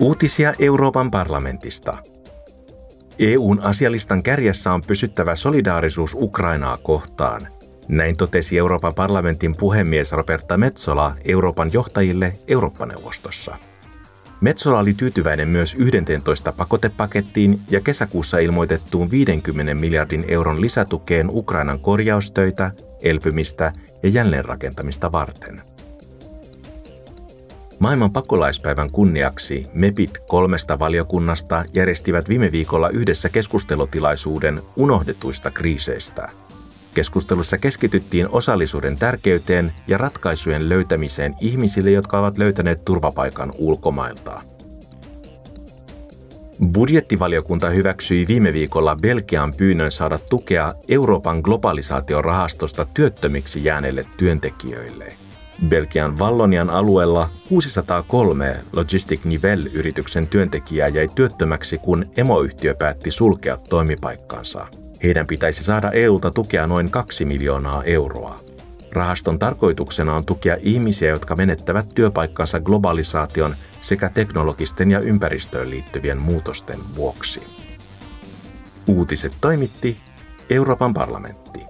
Uutisia Euroopan parlamentista. EU:n asialistan kärjessä on pysyttävä solidaarisuus Ukrainaa kohtaan. Näin totesi Euroopan parlamentin puhemies Roberta Metsola Euroopan johtajille Eurooppa-neuvostossa. Metsola oli tyytyväinen myös 11 pakotepakettiin ja kesäkuussa ilmoitettuun 50 miljardin euron lisätukeen Ukrainan korjaustöitä, elpymistä ja jälleenrakentamista varten. Maailman pakolaispäivän kunniaksi MEPit 3 valiokunnasta järjestivät viime viikolla yhdessä keskustelutilaisuuden unohdetuista kriiseistä. Keskustelussa keskityttiin osallisuuden tärkeyteen ja ratkaisujen löytämiseen ihmisille, jotka ovat löytäneet turvapaikan ulkomailta. Budjettivaliokunta hyväksyi viime viikolla Belgian pyynnön saada tukea Euroopan globalisaatiorahastosta työttömiksi jääneille työntekijöille. Belgian Vallonian alueella 603 Logistic Nivelle-yrityksen työntekijää jäi työttömäksi, kun emoyhtiö päätti sulkea toimipaikkansa. Heidän pitäisi saada EUlta tukea noin 2 miljoonaa euroa. Rahaston tarkoituksena on tukea ihmisiä, jotka menettävät työpaikkansa globalisaation sekä teknologisten ja ympäristöön liittyvien muutosten vuoksi. Uutiset toimitti Euroopan parlamentti.